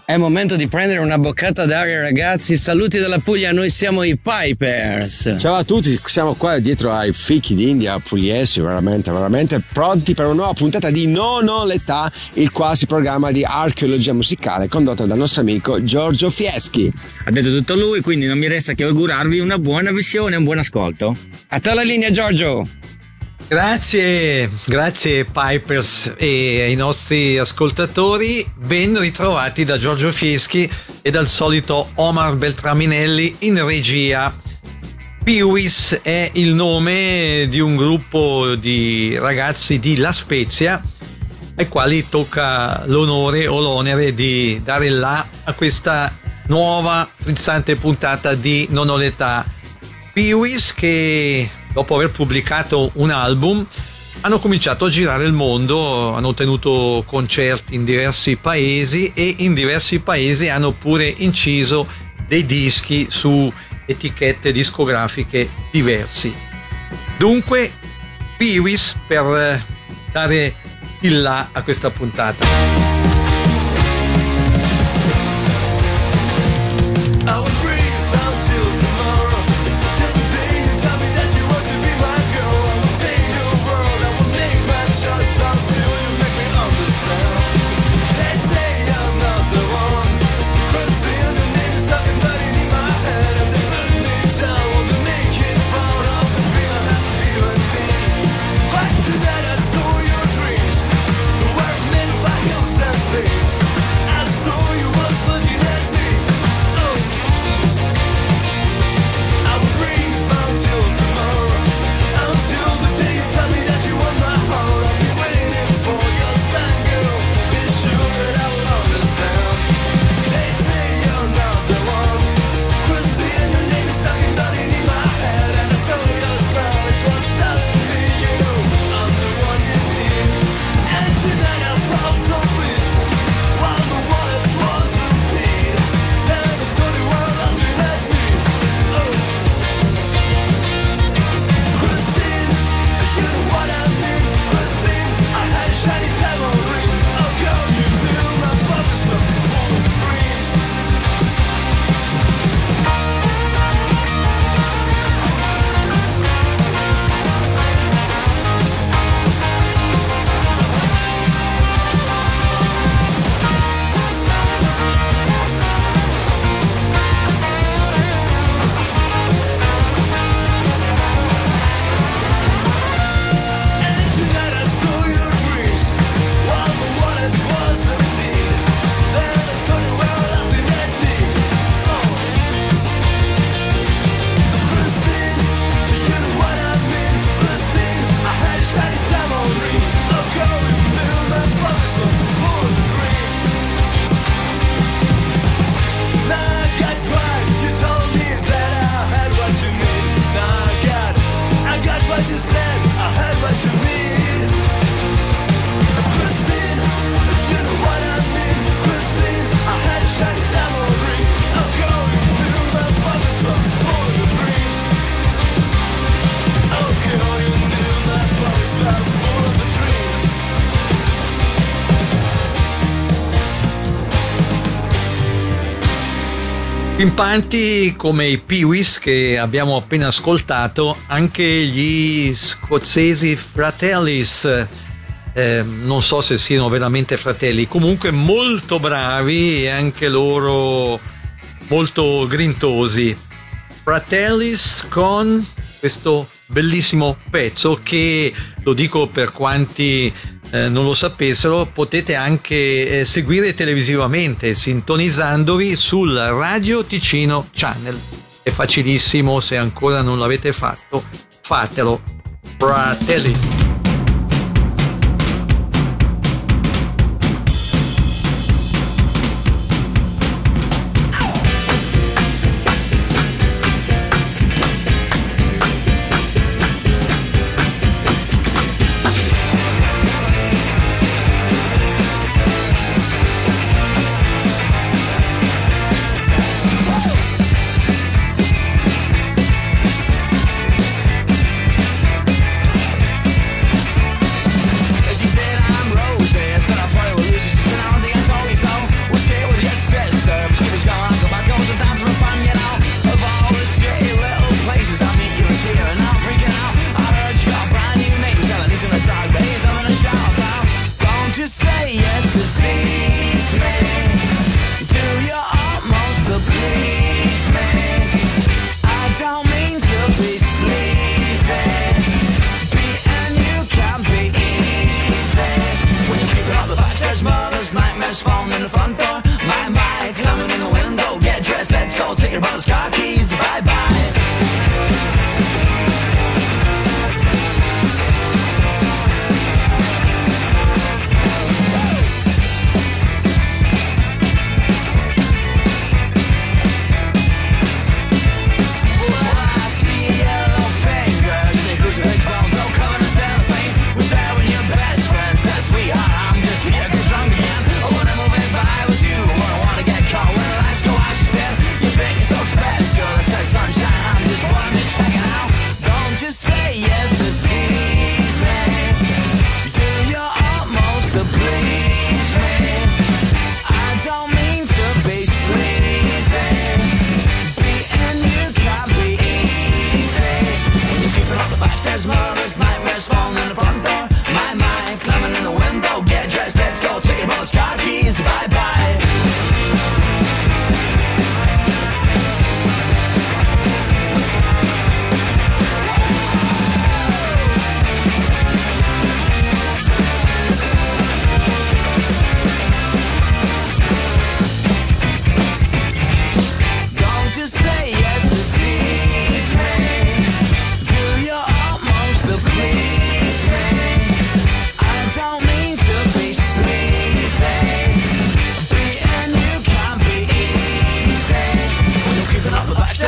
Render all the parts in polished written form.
È momento di prendere una boccata d'aria, ragazzi. Saluti dalla Puglia, noi siamo i Pipers. Ciao a tutti, siamo qua dietro ai fichi d'India pugliesi, veramente pronti per una nuova puntata di Non ho l'età, il quasi programma di archeologia musicale condotto dal nostro amico Giorgio Fieschi. Ha detto tutto lui, quindi non mi resta che augurarvi una buona visione e un buon ascolto. A te la linea, Giorgio. Grazie Pipers e ai nostri ascoltatori, ben ritrovati da Giorgio Fieschi e dal solito Omar Beltraminelli in regia. Piwis è il nome di un gruppo di ragazzi di La Spezia ai quali tocca l'onore o l'onere di dare il là a questa nuova frizzante puntata di Non ho l'età. Piwis, che dopo aver pubblicato un album hanno cominciato a girare il mondo, hanno tenuto concerti in diversi paesi e in diversi paesi hanno pure inciso dei dischi su etichette discografiche diversi. Dunque Piwis per dare il là a questa puntata. Pimpanti come i Piwis che abbiamo appena ascoltato, anche gli scozzesi Fratellis, non so se siano veramente fratelli, comunque molto bravi e anche loro molto grintosi. Fratellis con questo bellissimo pezzo che, lo dico per quanti non lo sapessero, potete anche seguire televisivamente sintonizzandovi sul Radio Ticino Channel. È facilissimo, se ancora non l'avete fatto, fatelo. Fratellis.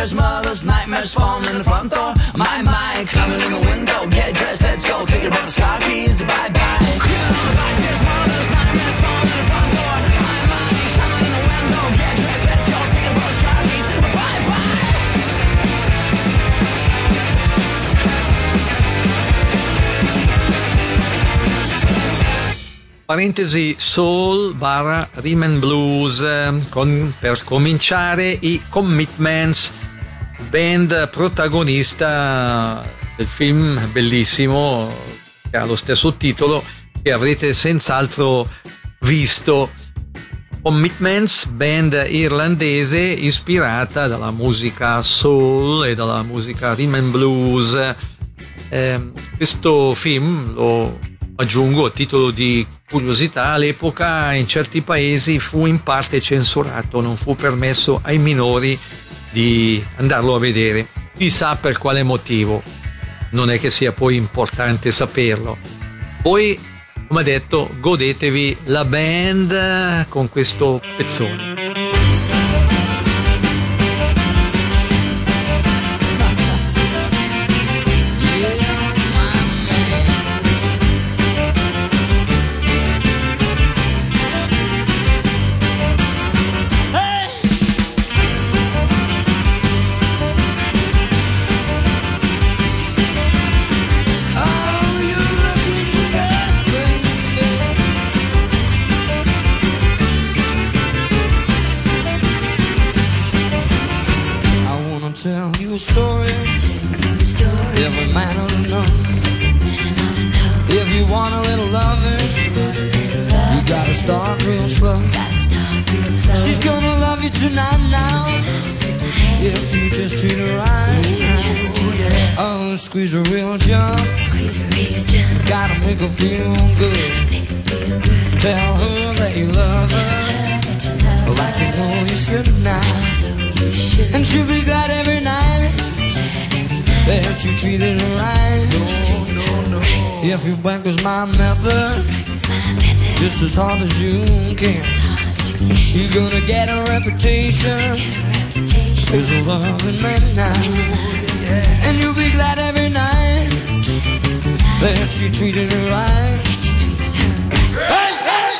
there's mothers, nightmares falling in the front door. My, climbing in the window, get dressed, let's go. Take your brother's car keys, bye bye. Creeping on the bike stairs, mothers, nightmares falling in the front door. My, climbing in the window, get dressed, let's go. Take your brother's car keys, bye bye. Parentesi soul / rhythm and blues, per cominciare i Commitments, band protagonista del film bellissimo che ha lo stesso titolo, che avrete senz'altro visto. Commitments, band irlandese ispirata dalla musica soul e dalla musica rhythm and blues. Questo film, lo aggiungo a titolo di curiosità, all'epoca in certi paesi fu in parte censurato, non fu permesso ai minori di andarlo a vedere. Chissà per quale motivo, non è che sia poi importante saperlo. Poi, come detto, godetevi la band con questo pezzone. Tell you a story. Every man ought to know. If you want a little loving, you gotta start real slow. She's gonna love you tonight now, if you just treat her right. Oh, squeeze her real gentle. Gotta make her feel good. Tell her that you love her, like you know you should now. And she'll be glad every night that you treated her right. No. If your back was my method, just as hard as you can, you're gonna get a reputation as a loving man now. And you'll be glad every night that you treated her right. Hey!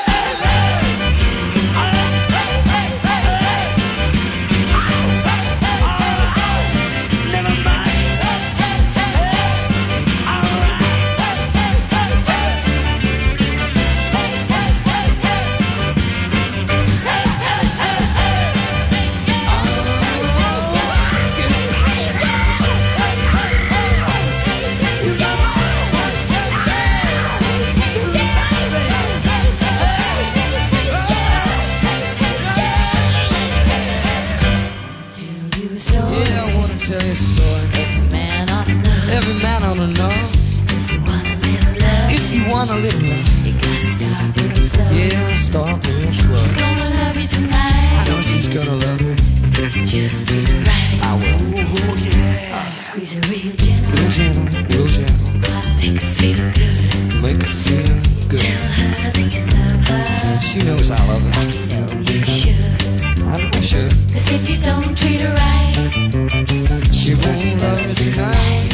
Every man ought to know. If you want a little love, you gotta start real slow. Yeah, start real slow. She's gonna love you tonight. I know she's gonna love me. Just do it right. I will. Oh yeah. Squeeze her real gentle. Real gentle. Gotta make her feel good. Make her feel good. Tell her that you love her. She knows I love her. I know you should. I know you should. 'Cause if you don't treat her right, she won't love you tonight.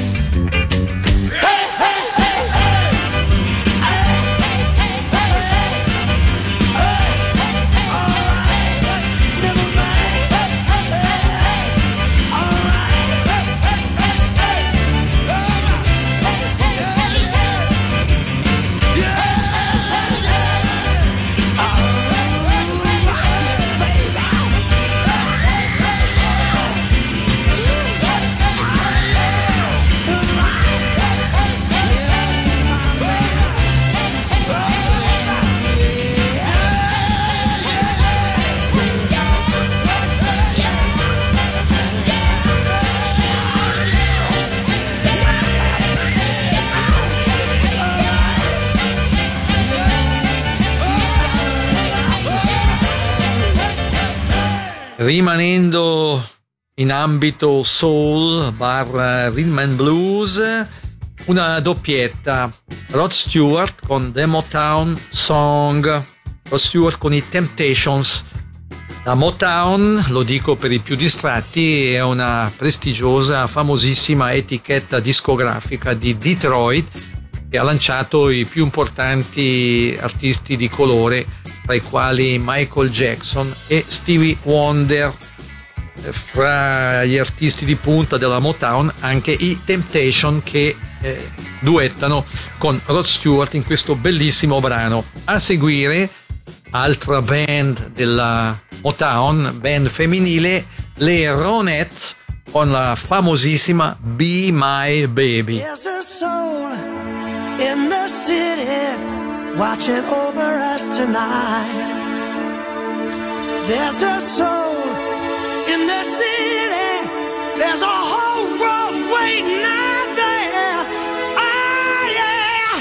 Rimanendo in ambito soul / rhythm and blues, una doppietta: Rod Stewart con The Motown Song, Rod Stewart con i Temptations, La Motown, lo dico per i più distratti, è una prestigiosa, famosissima etichetta discografica di Detroit che ha lanciato i più importanti artisti di colore, tra i quali Michael Jackson e Stevie Wonder. Fra gli artisti di punta della Motown anche i Temptation, che duettano con Rod Stewart in questo bellissimo brano. A seguire, altra band della Motown, band femminile, le Ronettes, con la famosissima Be My Baby. There's a soul in the city watching over us tonight. There's a soul in the city, there's a whole world waiting out there. Oh yeah.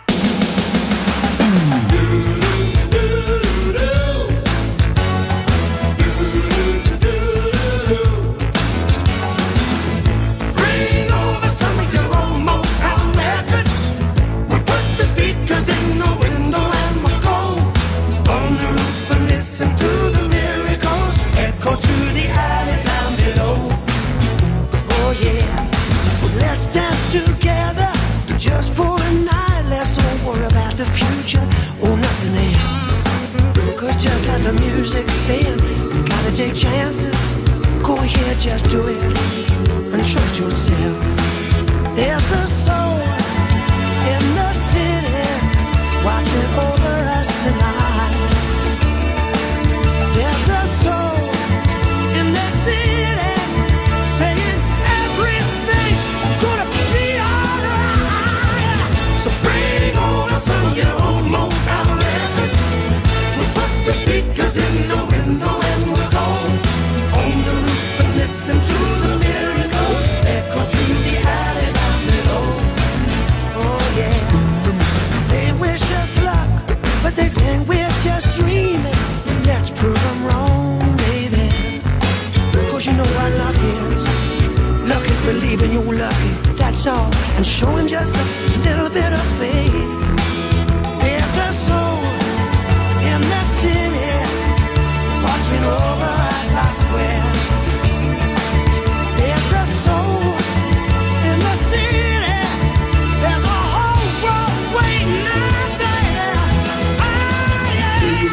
Bring over some of your own Motown records. We'll put the speakers in the window and we'll go on the roof and listen to the miracles echo to the alley down below. Oh yeah, let's dance together just for a night. Let's don't worry about the future or nothing else. Cause just let the music sing, gotta take chances. Go ahead, just do it and trust yourself. There's a soul in the city watching over us tonight. There's a soul in the city saying everything's gonna be alright. So bring on some of your own Motown records. We'll put the speakers in the window and we'll go on the roof and listen to the miracles echo through the alley down below. Oh yeah. They wish us luck, but they think we're just dreaming. Let's prove them wrong, baby. Cause you know what luck is. Luck is believing you're lucky, that's all. And showing just a little bit of faith. There's a soul in the city watching over us, I swear. There's a soul in the city, there's a whole world waiting out there. Oh yeah.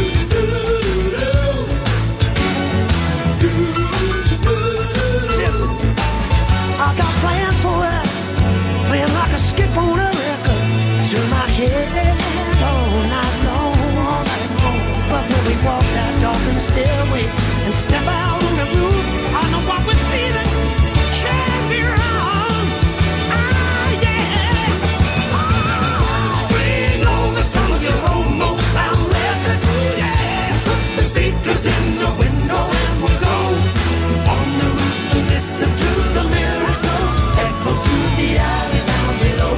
Listen, I got plans for us, playing like a skip on a record through my head all night long. But when we walk that darkened stairway and step out on the roof, I know what we're feeling can't be wrong. Ah yeah. Bring over some of your own Motown records. Yeah. Put the speakers in the window and we'll go on the roof and listen to the miracles echo through the alley down below.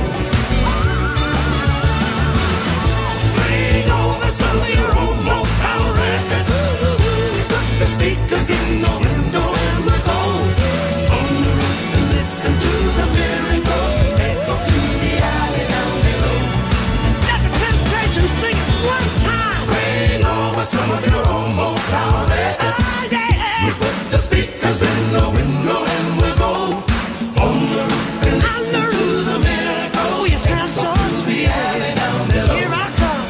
Bring over some of your own Motown records. Put the speakers in the window and we'll go on the roof and listen to the miracles echo through the alley down below. Let the Temptations sing it one time. Bring over some of your own Motown records. We put the speakers in the window and we'll go on the roof and listen to the miracles. Oh, you sound so sweet. Here I come.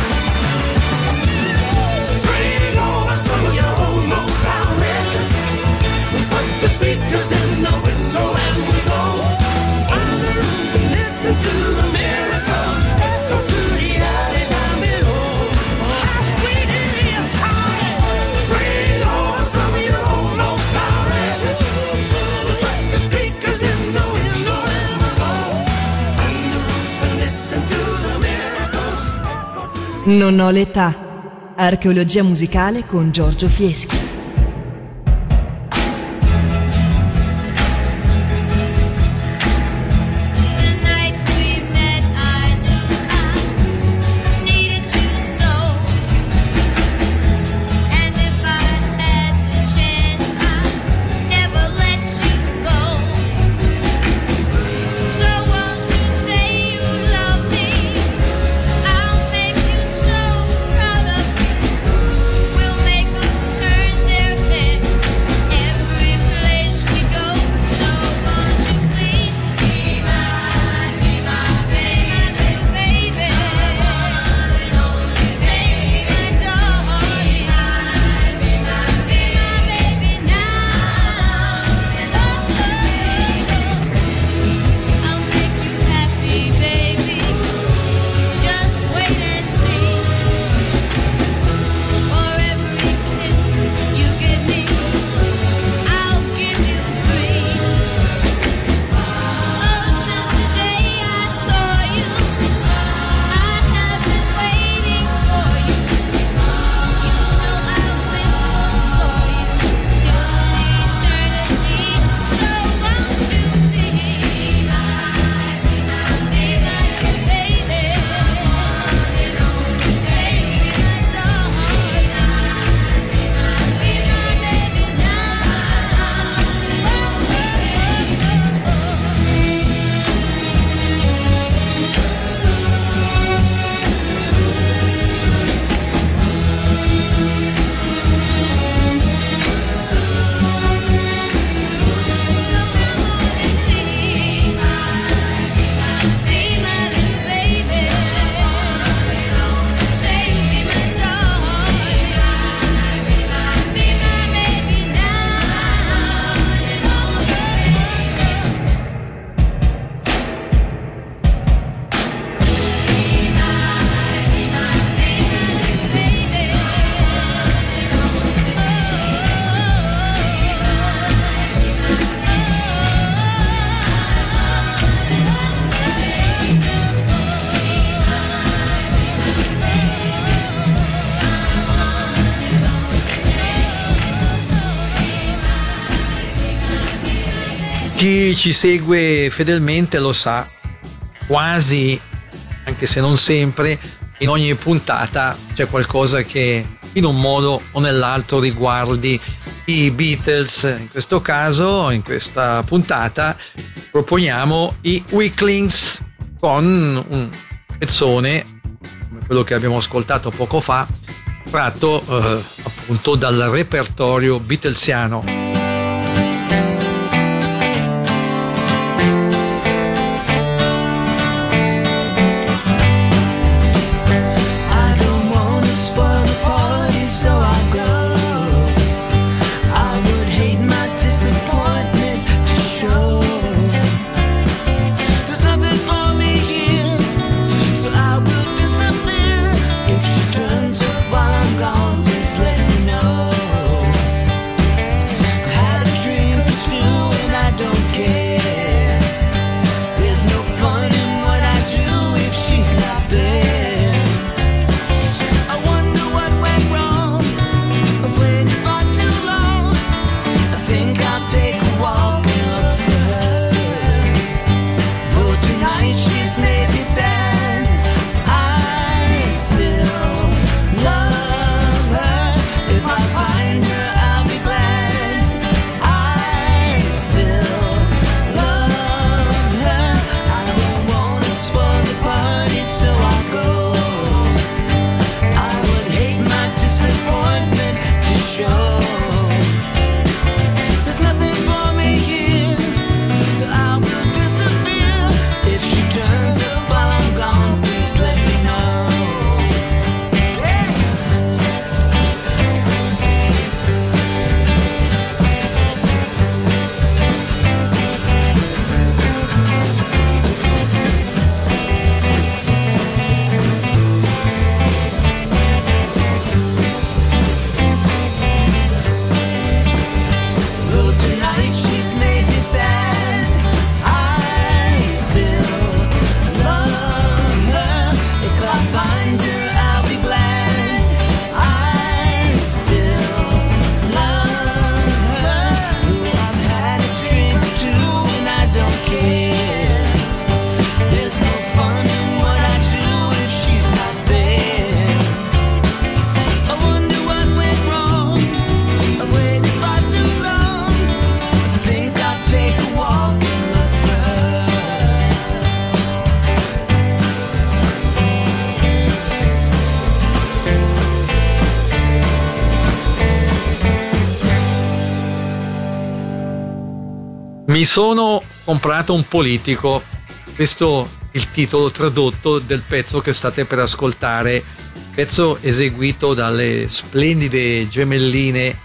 Bring over some of your own Motown records. We put the speakers in the window and we'll go on the roof and listen to the miracles echo through the alley down below. How sweet it is, honey. Bring over some of your own Motown records. Put the speakers in the window and we'll go on the roof and listen to the miracles echo through. Non ho l'età. Archeologia musicale con Giorgio Fieschi. The night we met, I knew I needed you so. And if I had the chance, I'd never let you go. So won't you say you love me? I'll make you so proud of me. We'll make a turn Chi ci segue fedelmente lo sa, quasi, anche se non sempre, in ogni puntata c'è qualcosa che in un modo o nell'altro riguardi i Beatles. In questo caso, in questa puntata, proponiamo i Weaklings con un pezzone come quello che abbiamo ascoltato poco fa, tratto appunto dal repertorio beatlesiano. Mi sono comprato un politico, questo è il titolo tradotto del pezzo che state per ascoltare, pezzo eseguito dalle splendide gemelline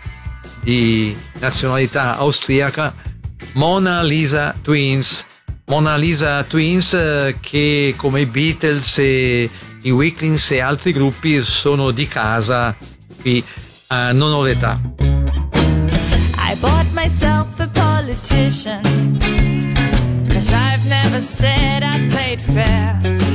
di nazionalità austriaca Mona Lisa Twins. Mona Lisa Twins che come i Beatles e i Weaklings e altri gruppi sono di casa qui a Non ho l'età. I bought myself a politician, 'cause I've never said I played fair.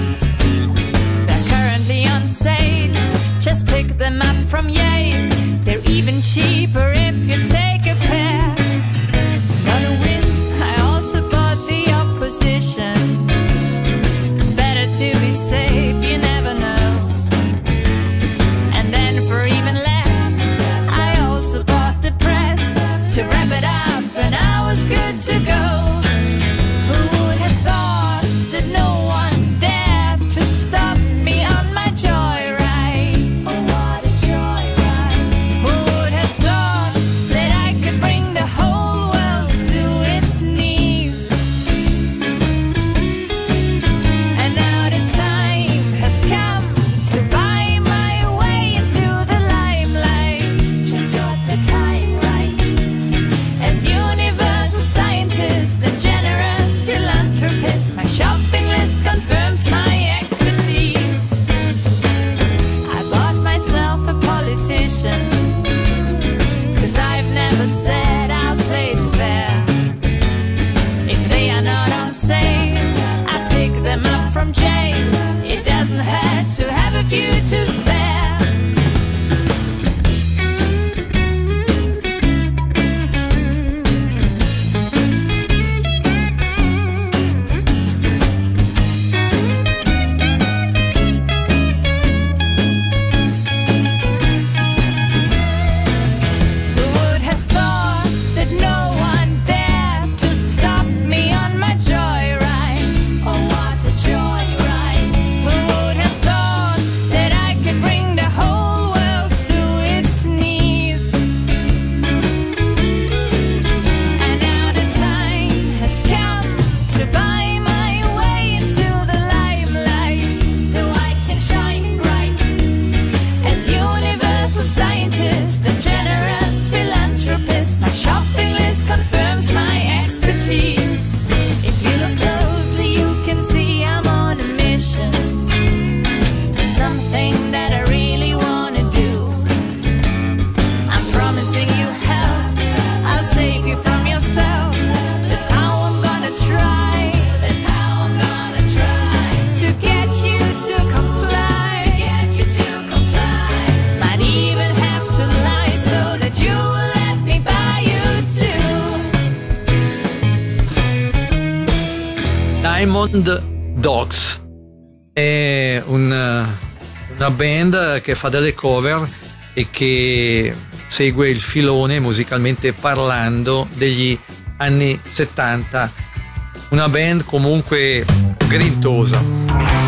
They're currently on sale, just pick them up from Yale. They're even cheaper if you take a pair. Gonna win, I also bought the opposition. It's better to be safe, you never know. And then for even less, I also bought the press. To wrap it up, and I was good to go. Who would have thought that no one dared to stop me on my joyride? Oh, what a joyride. Diamond Dogs. È una band che fa delle cover e che segue il filone, musicalmente parlando, degli anni 70. Una band comunque grintosa.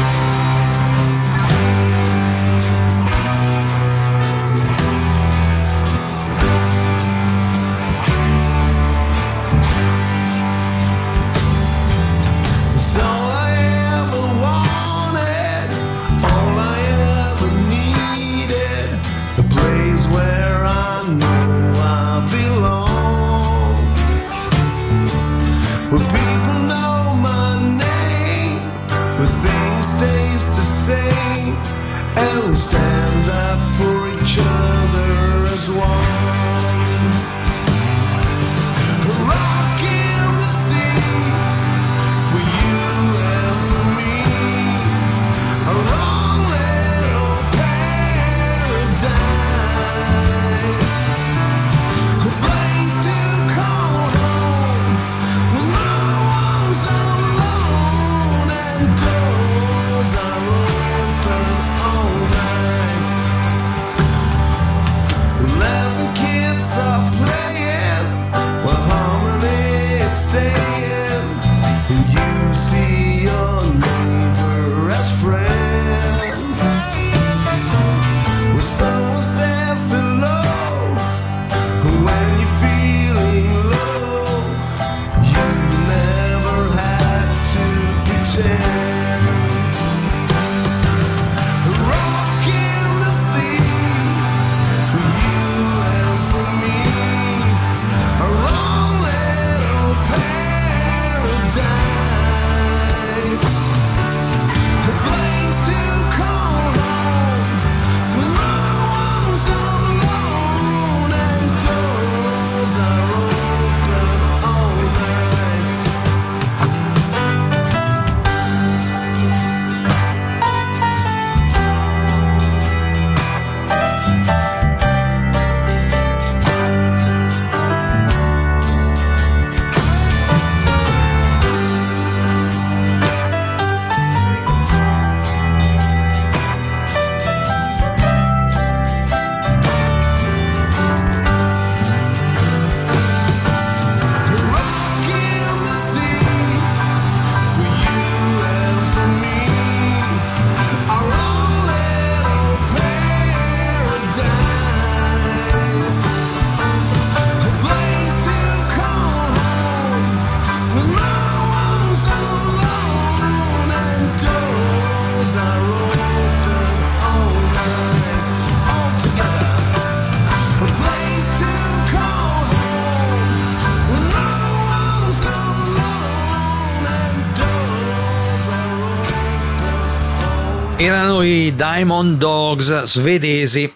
Erano i Diamond Dogs svedesi.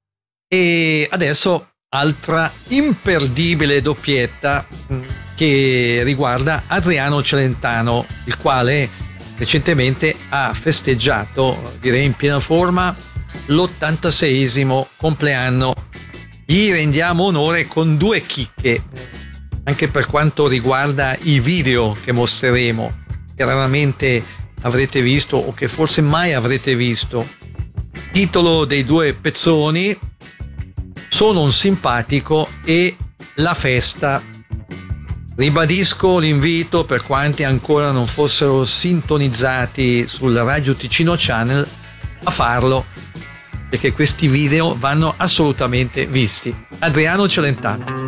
E adesso altra imperdibile doppietta che riguarda Adriano Celentano, il quale recentemente ha festeggiato, direi in piena forma, l'86esimo compleanno. Gli rendiamo onore con 2 chicche, anche per quanto riguarda i video che mostreremo, che raramente avrete visto o che forse mai avrete visto. Titolo dei 2 pezzoni: Sono un simpatico e La festa. Ribadisco l'invito per quanti ancora non fossero sintonizzati sul Radio Ticino Channel a farlo, perché questi video vanno assolutamente visti. Adriano Celentano.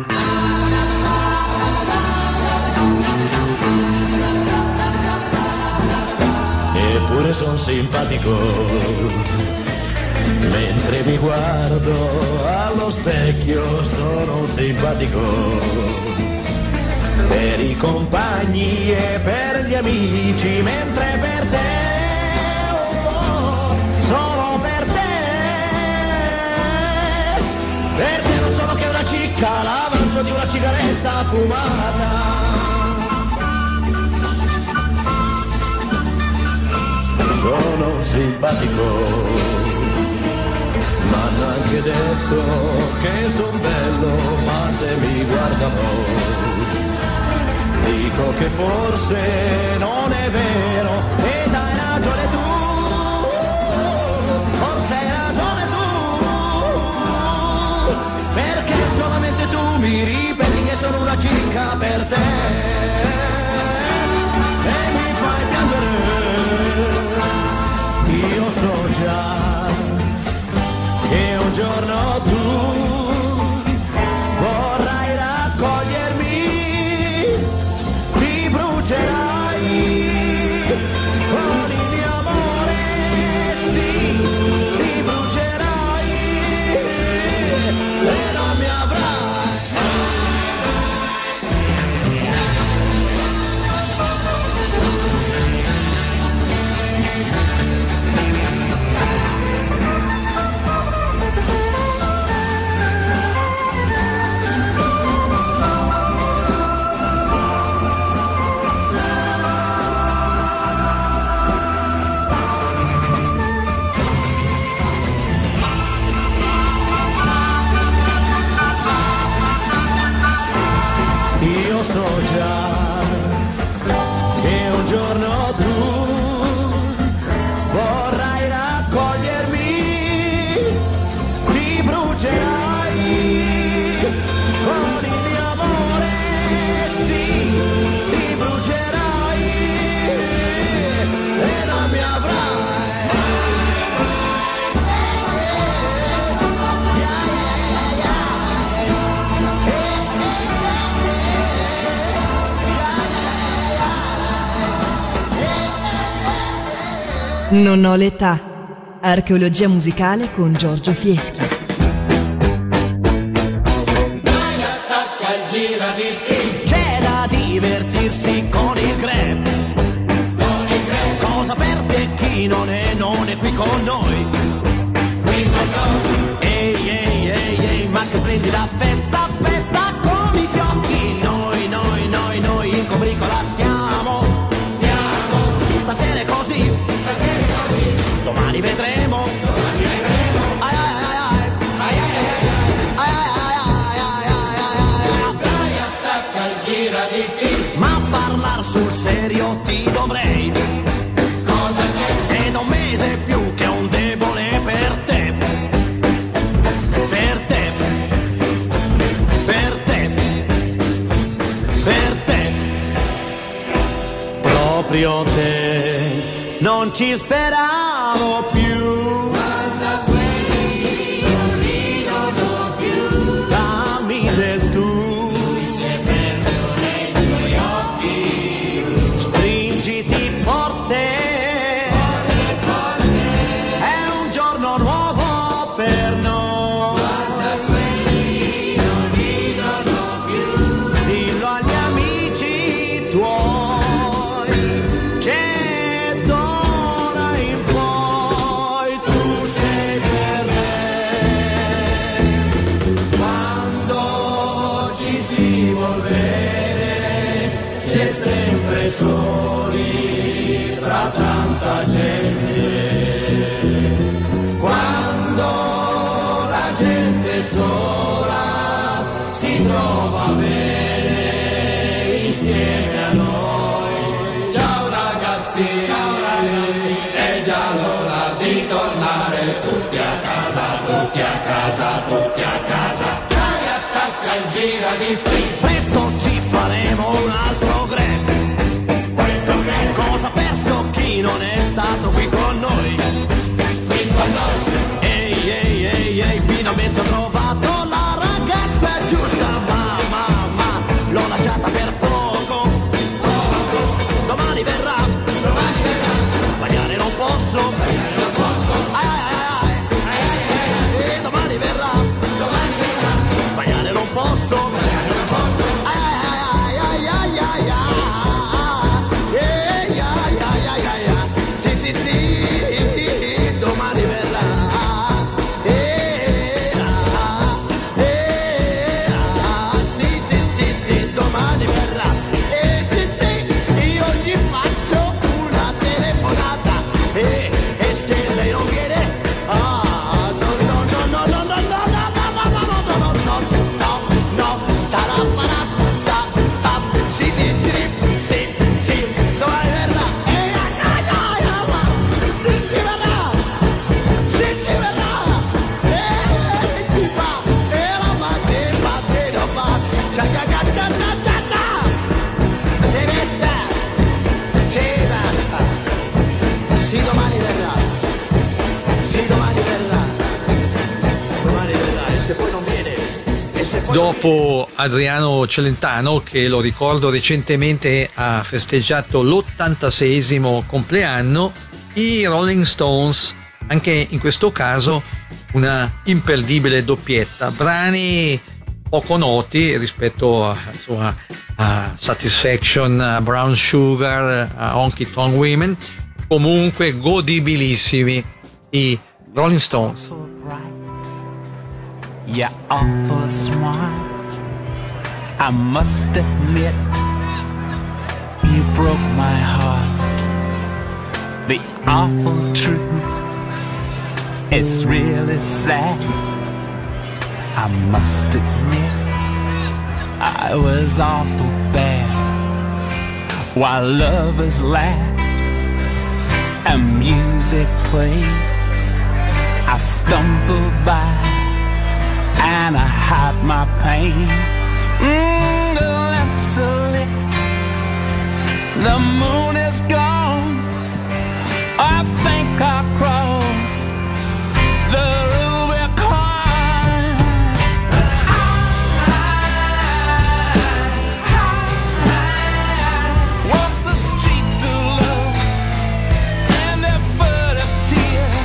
Eppure son simpatico, mentre mi guardo allo specchio sono un simpatico, per i compagni e per gli amici, mentre per te, oh, solo per te non sono che una cicca, l'avanzo di una sigaretta fumata. Sono simpatico, m'hanno anche detto che son bello, ma se mi guardano so che forse non è vero ed hai ragione tu, forse hai ragione tu, perché solamente tu mi ripeti che sono una cicca per te e mi fai piangere. Io so già che un giorno tu vorrai raccogliermi, ti brucerai con il mio amore, sì, ti brucerai e non mi avrai. Io so già che un giorno tu vorrai raccogliermi, ti brucerai con il mio amore, sì, ti brucerai e non mi avrai. Non ho l'età. Archeologia musicale con Giorgio Fieschi. C'è da divertirsi con il grab. Cosa perde chi non è qui con noi. Ehi, ehi, ehi, ehi, ma che splendida festa, festa con i fiocchi. Noi in combricola siamo. Stasera è così. Domani vedremo. Ai ai ai ai. Ai ai ai ai. Dai, attacca il giradischi. Ma parlar sul serio ti dovrei. Cosa c'è? È da un mese più che un debole per te. Per te. Per te. Per te. Proprio te. Non ci speravo più. Guarda quelli non ridono più. Dammi del tu. Lui si è perso nei suoi occhi. Stringiti forte. Forte, forte. È un giorno nuovo per noi. Guarda quelli non ridono più. Dillo agli amici tuoi che sempre soli fra tanta gente, quando la gente sola si trova bene insieme a noi. Ciao ragazzi, è già l'ora di tornare tutti a casa, tutti a casa, tutti a casa. Dai, attacca il giradischi, presto ci faremo un altro grab. Cosa ha perso chi non è stato qui con noi? Ehi, ehi, ehi, ehi, finalmente ho trovato la ragazza giusta, ma l'ho lasciata per poco. Domani verrà. Sbagliare non posso. Ai ai ai ai. E domani verrà. Sbagliare non posso. Ai ai ai ai ai. Dopo Adriano Celentano, che lo ricordo recentemente ha festeggiato l'86esimo compleanno, i Rolling Stones, anche in questo caso una imperdibile doppietta, brani poco noti rispetto a Satisfaction, a Brown Sugar, a Honky Tonk Women, comunque godibilissimi i Rolling Stones. You're awful smart, I must admit. You broke my heart. The awful truth, it's really sad. I must admit, I was awful bad. While lovers laugh and music plays, I stumble by and I hide my pain. The lamps are lit, the moon is gone. I think I'll cross the Rubicon. Walk the streets of love and they're full of tears.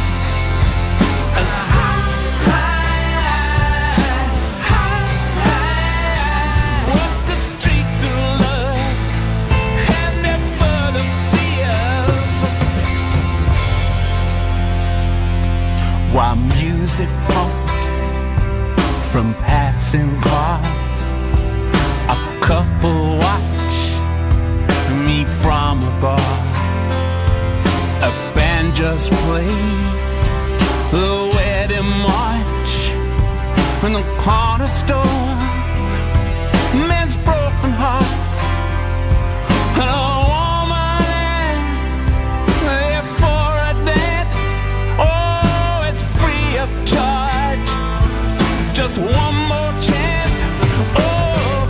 While music pumps from passing cars, a couple watch me from a bar. A band just played the wedding march in the corner store. Men's broken hearts and a woman is there for a dance. Oh, it's free of charge. Just one more chance. Oh,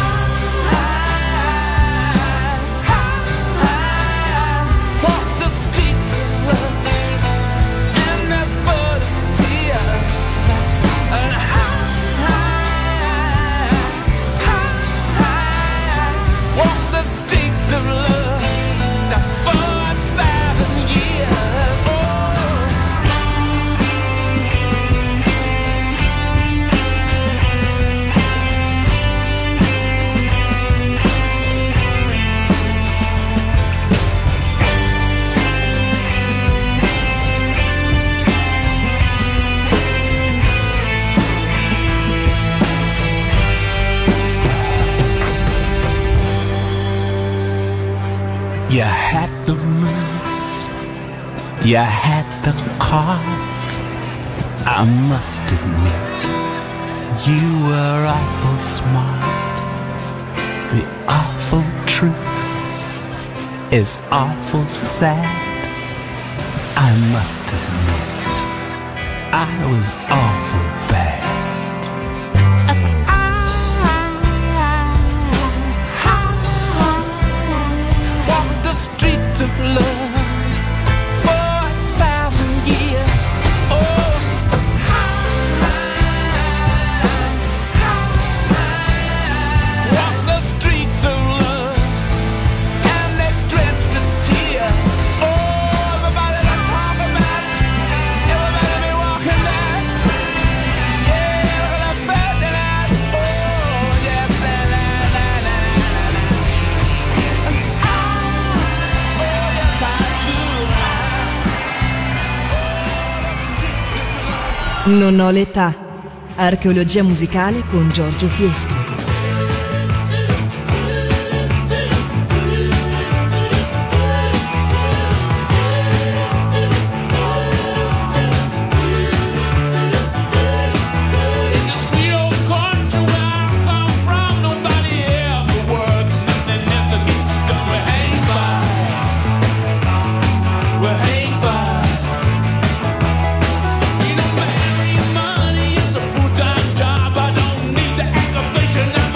walk the streets of love and they're full of tears. And walk the streets of love for 1,000 years. You had the moves, you had the cards. I must admit, you were awful smart. The awful truth is awful sad. I must admit, I was awful bad. Streets of love for 1,000 years. Oh, walk the streets of love and they drench with tears. Oh, everybody that talk about it, everybody be walking down. Yeah, look at that fat tonight. Oh, yes, Non ho l'età. Archeologia musicale con Giorgio Fieschi. Money is a full-time job. I don't need the aggravation.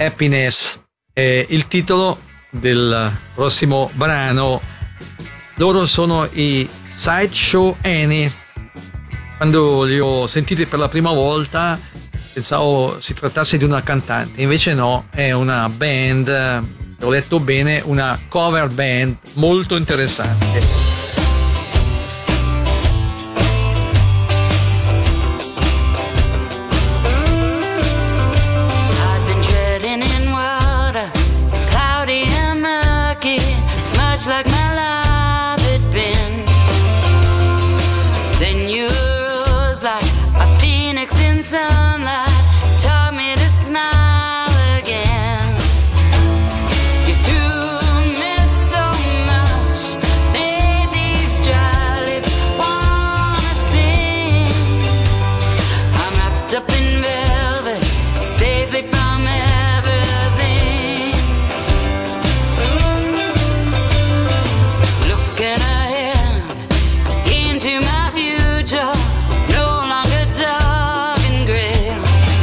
Happiness è il titolo del prossimo brano. Loro sono i Sideshow Annie. Quando li ho sentiti per la prima volta pensavo si trattasse di una cantante, invece no, è una band, se ho letto bene, una cover band molto interessante. Like my life had been. Then you rose like a phoenix in sunlight, taught me to smile again. You threw me so much, made these dry lips wanna sing. I'm wrapped up in velvet, safely from everything. Looking ahead into my future, no longer dark and gray.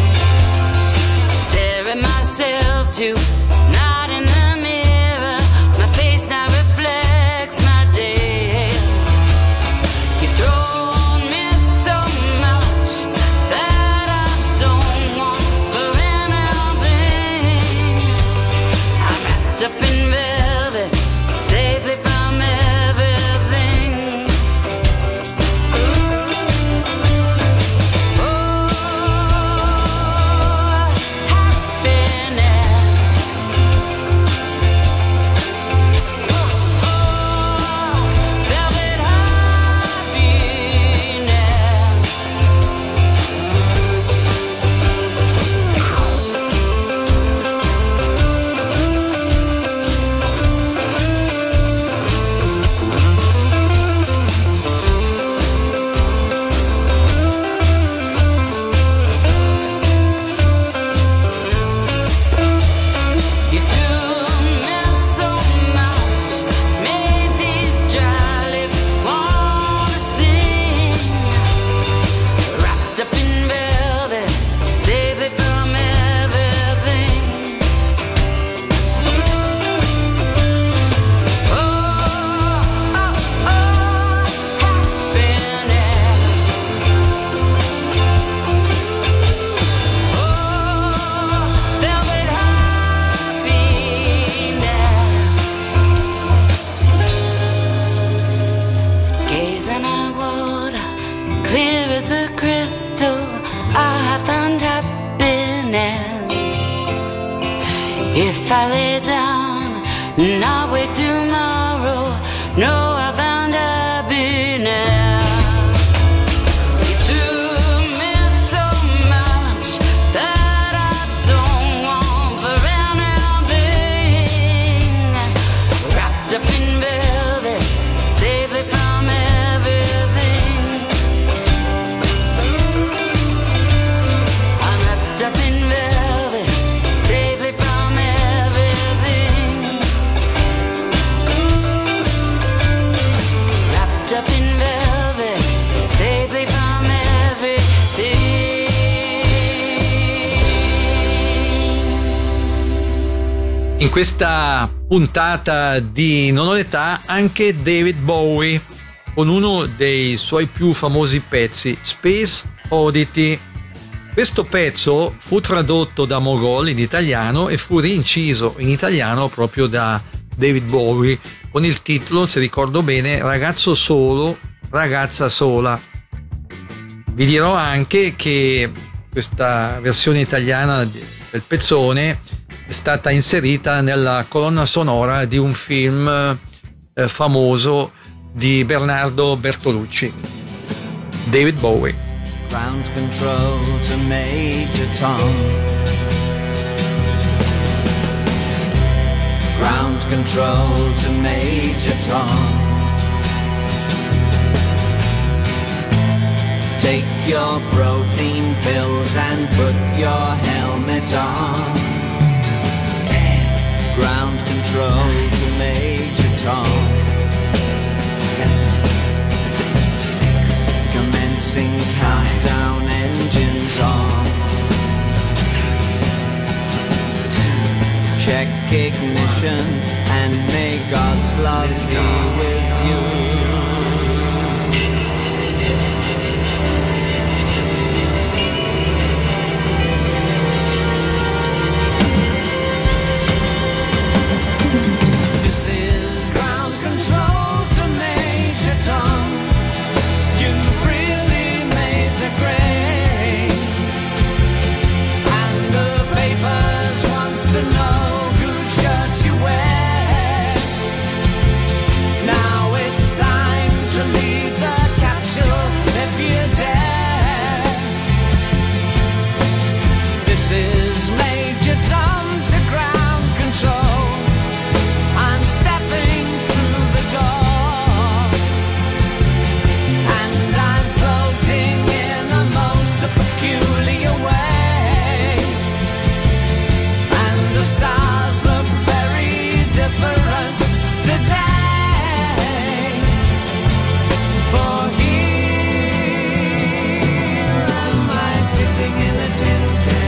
Stare at myself too, not in the mirror. My face now reflects my days. You've thrown me so much that I don't want for anything. I'm wrapped up in velvet, safely from everything. Oh, happiness. Velvet You threw me so much, made these dry lips wanna sing. Wrapped up in velvet, safely from everything. Oh, happiness. Velvet happiness. Gazing at water, clear as a crystal, I have found happiness. If I lay down and I wake tomorrow, no, I found happiness. You threw me so much that I don't want for anything. Wrapped up in velvet, safely from everything. I'm wrapped up in velvet, safely from everything. Wrapped up in velvet, safely from everything. In questa puntata di Non ho l'età anche David Bowie con uno dei suoi più famosi pezzi, Space Oddity. Questo pezzo fu tradotto da Mogol in italiano e fu rinciso in italiano proprio da David Bowie con il titolo, se ricordo bene, Ragazzo solo, ragazza sola. Vi dirò anche che questa versione italiana del pezzone è stata inserita nella colonna sonora di un film famoso di Bernardo Bertolucci. David Bowie. Ground control to Major Tom. Ground control to Major Tom. Take your protein pills and put your helmet on. 10. Ground control to Major Tom. 7. 6. Commencing countdown, engines on. 2. check ignition, and may God's love be with you. This is ground control to Major Tom. You've really made the grade, and the papers want to know whose shirt you wear. Now it's time to leave the capsule if you dare. This is Major Tom to ground control. I'm stepping through the door, and I'm floating in a most peculiar way, and the stars look very different today. For here am I sitting in a tin can.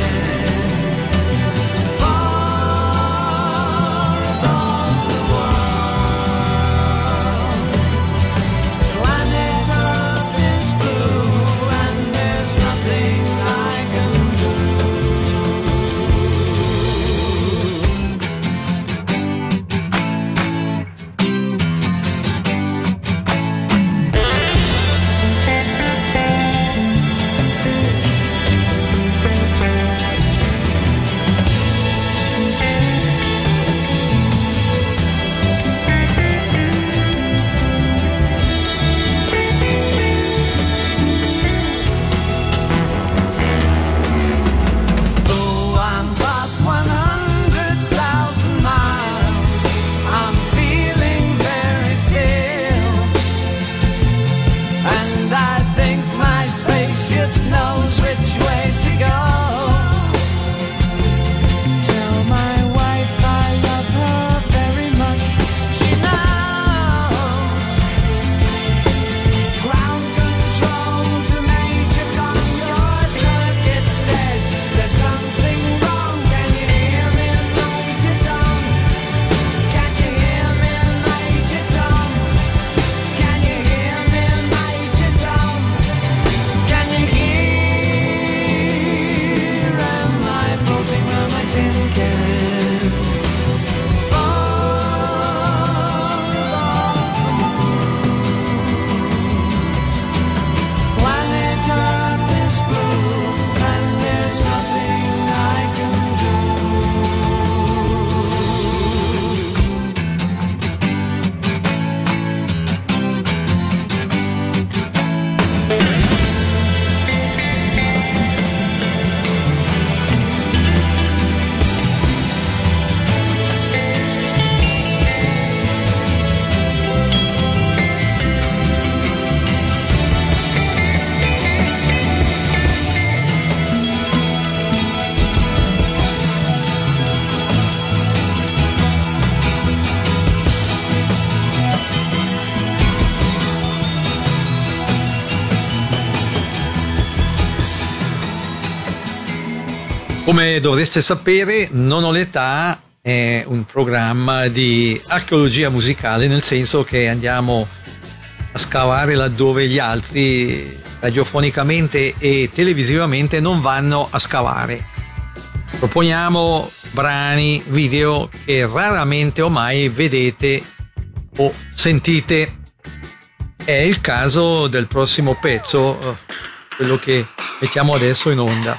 Come dovreste sapere, Non ho l'età è un programma di archeologia musicale, nel senso che andiamo a scavare laddove gli altri radiofonicamente e televisivamente non vanno a scavare. Proponiamo brani, video che raramente o mai vedete o sentite. È il caso del prossimo pezzo, quello che mettiamo adesso in onda.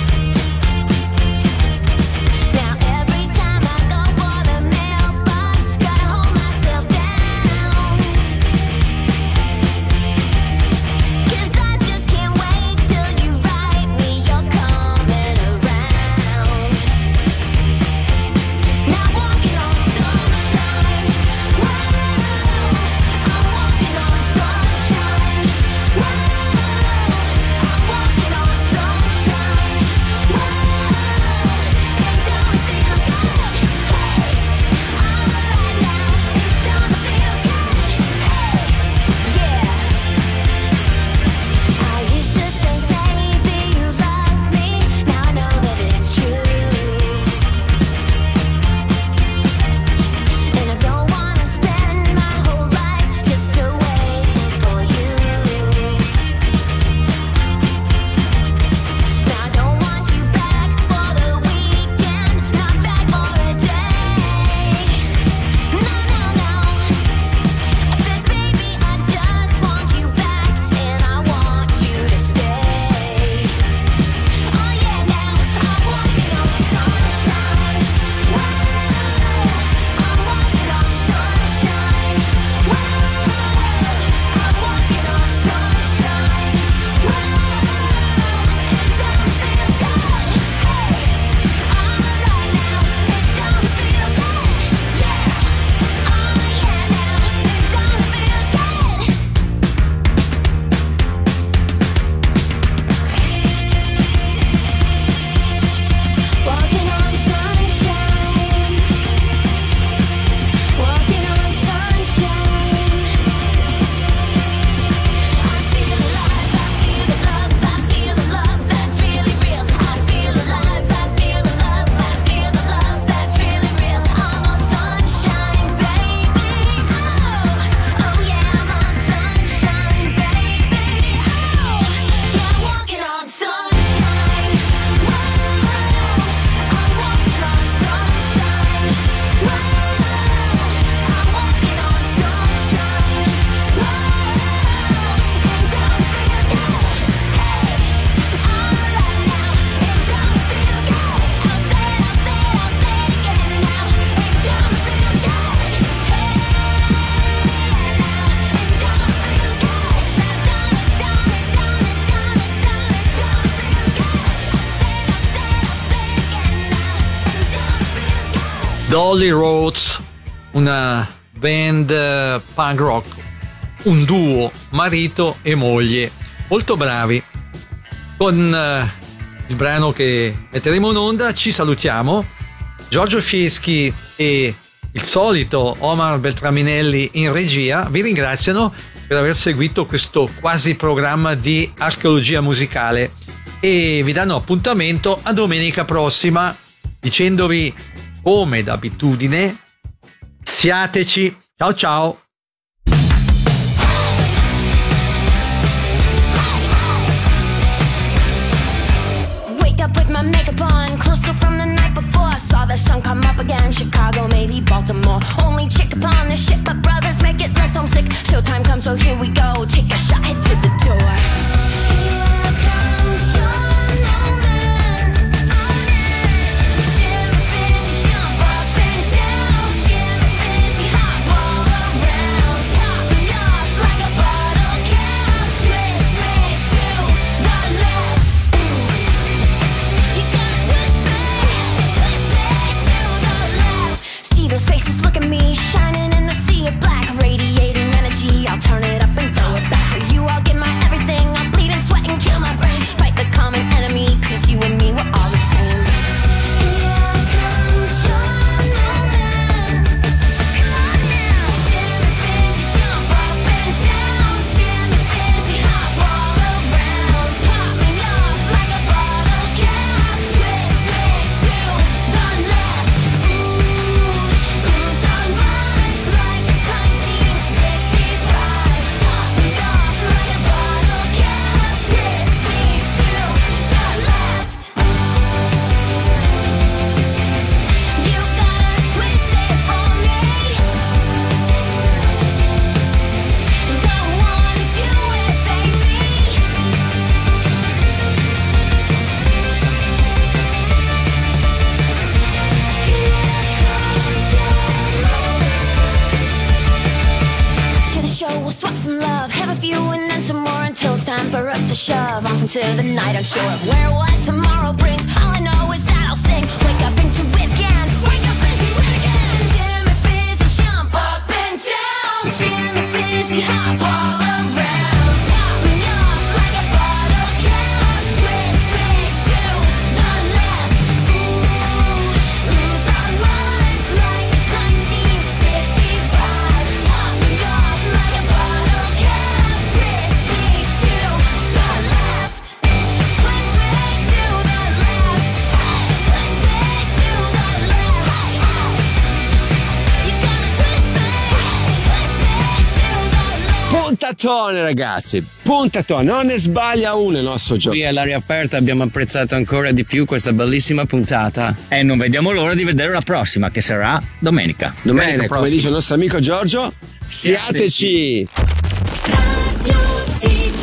Now every time I go for the mailbox Dolly Rhodes, una band punk rock, un duo, marito e moglie, molto bravi. Con il brano che metteremo in onda ci salutiamo. Giorgio Fieschi e il solito Omar Beltraminelli in regia vi ringraziano per aver seguito questo quasi programma di archeologia musicale e vi danno appuntamento a domenica prossima dicendovi, come d'abitudine, siateci. Ciao ciao. Wake up with my makeup on, closer from the night before. I saw the sun come up again, Chicago, maybe Baltimore. Only chick upon this ship, but brothers make it less homesick. Showtime comes, so here we go. Take a shot, head to the door. Here comes your moment. Shimmy, fizzy, jump up and down. Shimmy, fizzy, hop all around. Pop me off like a bottle cap. Twist me to the left. You gotta twist me to the left. See those faces look at me, shining in the sea of black, radiating energy. I'll turn it up and throw it back. For you, I'll give my everything. I'll bleed and sweat and kill my brain. Fight the common enemy, cause you and me, we're all the same. Here comes your moment. Come on now. Shimmy, fizzy, jump up and down. Shimmy, fizzy, hop all around. Pop me off like a bottle cap. Twist me to the left. Lose our minds like it's 1965. Pop me off like a bottle cap. Twist me to the left. You gotta twist it for me. Don't wanna do it, baby. To the show, we'll swap some love, have a few and then some more until it's time for us to shove off into the night. Unsure of where what tomorrow brings. All I know is that I'll sing. Wake up into it again. Wake up into it again. Shimmy, fizzy, jump up and down. Shimmy, fizzy, hop all around. Pop me off like a bottle cap. Twist me to the left. Lose our minds like it's 1965. Pop me off like a bottle cap. Twist me to the left. Twist me to the left. Twist me to the left. You gotta twist me to the left. Puntatone, ragazzi, puntatone, non ne sbaglia uno il nostro gioco. Qui all'aria aperta abbiamo apprezzato ancora di più questa bellissima puntata. E non vediamo l'ora di vedere la prossima, che sarà domenica. Bene, come dice il nostro amico Giorgio, siateci. Radio